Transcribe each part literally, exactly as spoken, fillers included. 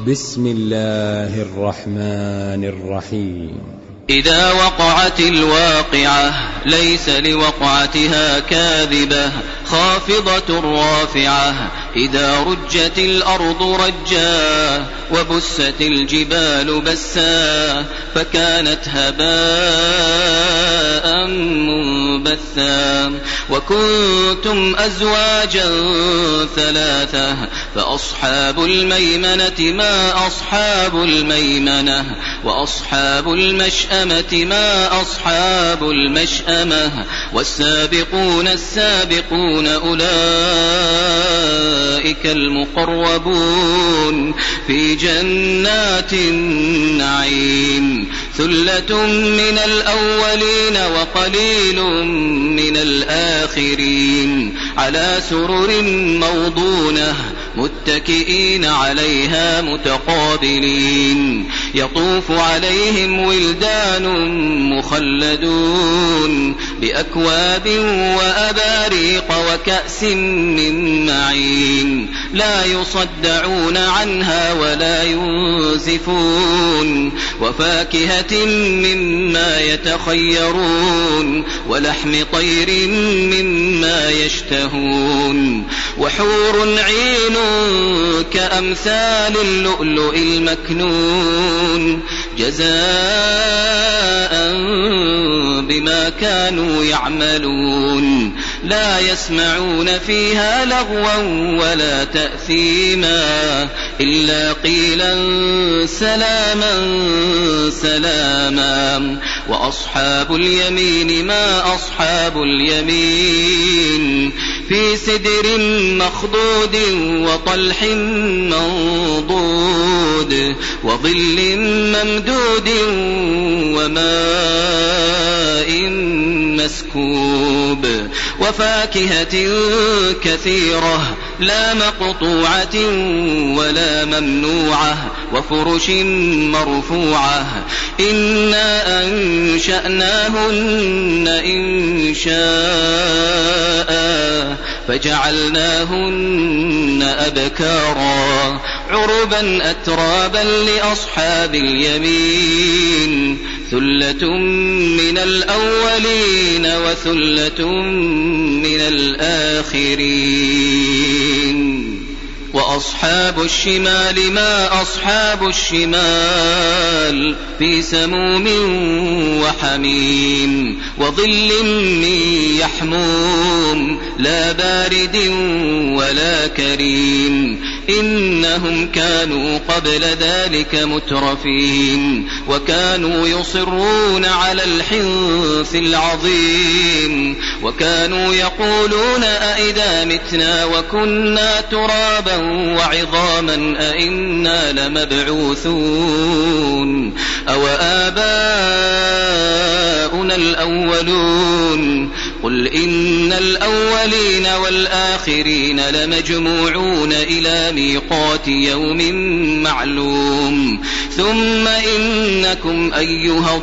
بسم الله الرحمن الرحيم. إذا وقعت الواقعة ليس لوقعتها كاذبة خافضة رافعة إذا رجت الأرض رجا وبست الجبال بسا فكانت هباء منبثا وكنتم أزواجا ثلاثة فأصحاب الميمنة ما أصحاب الميمنة وأصحاب المشأمة ما أصحاب المشأمة والسابقون السابقون أولئك المقربون في جنات النعيم ثلة من الأولين وقليل من الآخرين على سرر موضونة متكئين عليها متقابلين يطوف عليهم ولدان مخلدون بأكواب وأباريق وكأس من معين لا يصدعون عنها ولا ينزفون وفاكهة مما يتخيرون ولحم طير مما يشتهون وحور عين كأمثال اللؤلؤ المكنون جزاء بما كانوا يعملون لا يسمعون فيها لغوا ولا تأثيما إلا قيلا سلاما سلاما وأصحاب اليمين ما أصحاب اليمين في سدر مخضود وطلح منضود وظل ممدود وماء مسكوب وفاكهة كثيرة لا مقطوعة ولا ممنوعة وفرش مرفوعة إنا أنشأناهن إن شاء فجعلناهن أبكارا عربا أترابا لأصحاب اليمين ثلة من الأولين وثلة من الآخرين وأصحاب الشمال ما أصحاب الشمال في سموم وحميم وظل من يحموم لا بارد ولا كريم إنهم كانوا قبل ذلك مترفين وكانوا يصرون على الحنث العظيم وكانوا يقولون أئذا متنا وكنا ترابا وعظاما أئنا لمبعوثون أو آباؤنا الأولون قل إن الأولين والآخرين لمجموعون إلى ميقات يوم معلوم ثم إنكم أيها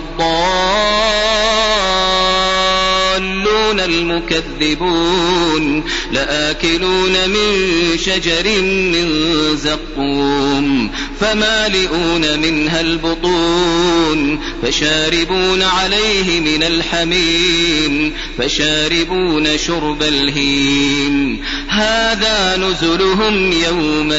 الضالون المكذبون لآكلون من شجر من زقوم فمالئون منها البطون فشاربون عليه من الحميم فشاربون شرب الهيم هذا نزلهم يوم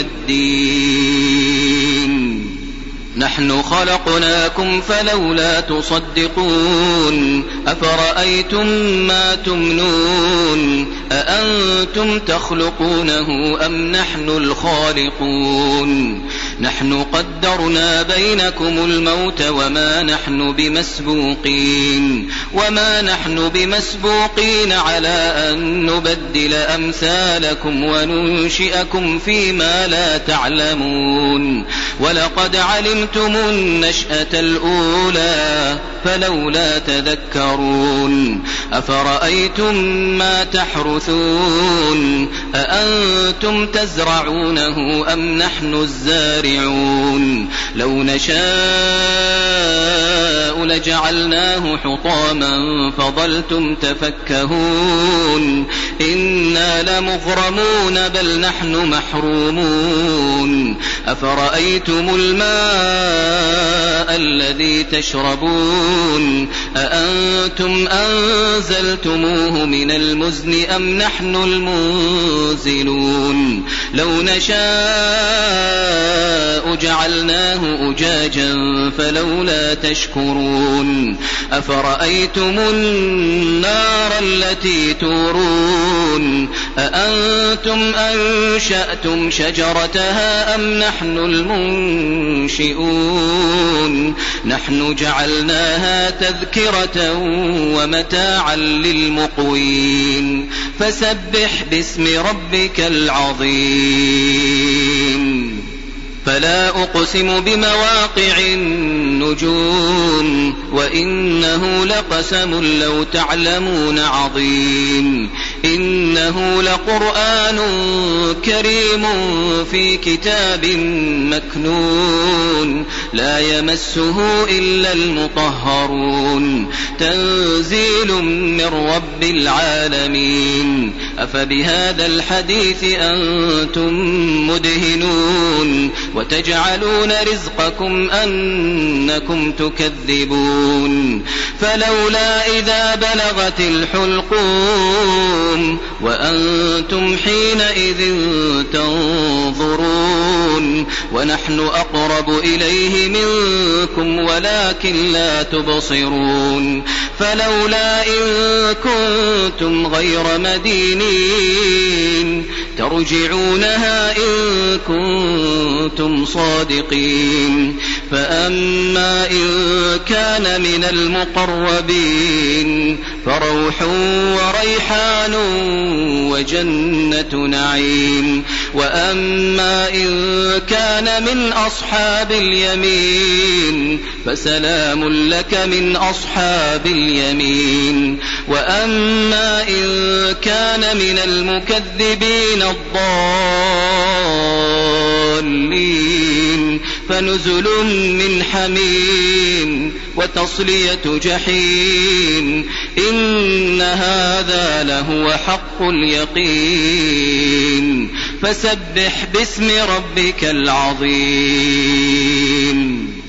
الدين نحن خلقناكم فلولا تصدقون أفرأيتم ما تمنون أأنتم تخلقونه أم نحن الخالقون نحن قدرنا بينكم الموت وما نحن بمسبوقين وما نحن بمسبوقين على أن نبدل أمثالكم وننشئكم فيما لا تعلمون ولقد علمتم النشأة الأولى فلولا تذكرون أفرأيتم ما تحرثون أأنتم تزرعونه أم نحن الزارعون لو نشاء نشاء لجعلناه حطاما فظلتم تفكهون إنا لمغرمون بل نحن محرومون أفرأيتم الماء الذي تشربون أأنتم أنزلتموه من المزن أم نحن المنزلون لو نشاء جعلناه أجاجا فلولا تشكرون أفرأيتم النار التي تورون أأنتم أنشأتم شجرتها أم نحن المنشئون نحن جعلناها تذكرة ومتاعا للمقوين فسبح باسم ربك العظيم فلا أقسم بمواقع النجوم وإنه لقسم لو تعلمون عظيم إنه لقرآن كريم في كتاب مكنون لا يمسه إلا المطهرون تنزيل من رب العالمين أفبهذا الحديث أنتم مدهنون وتجعلون رزقكم أنكم تكذبون فلولا إذا بلغت الحلقوم وأنتم حينئذ تنظرون ونحن أقرب إليه منكم ولكن لا تبصرون فلولا إن كنتم غير مدينين ترجعونها إن كنتم صادقين فأما إن كان من المقربين فروح وريحان وجنة نعيم وأما إن كان من أصحاب اليمين فسلام لك من أصحاب اليمين وأما إن كان من المكذبين الضالين فنزل من حميم وتصلية جحيم إن هذا لهو حق اليقين فسبح باسم ربك العظيم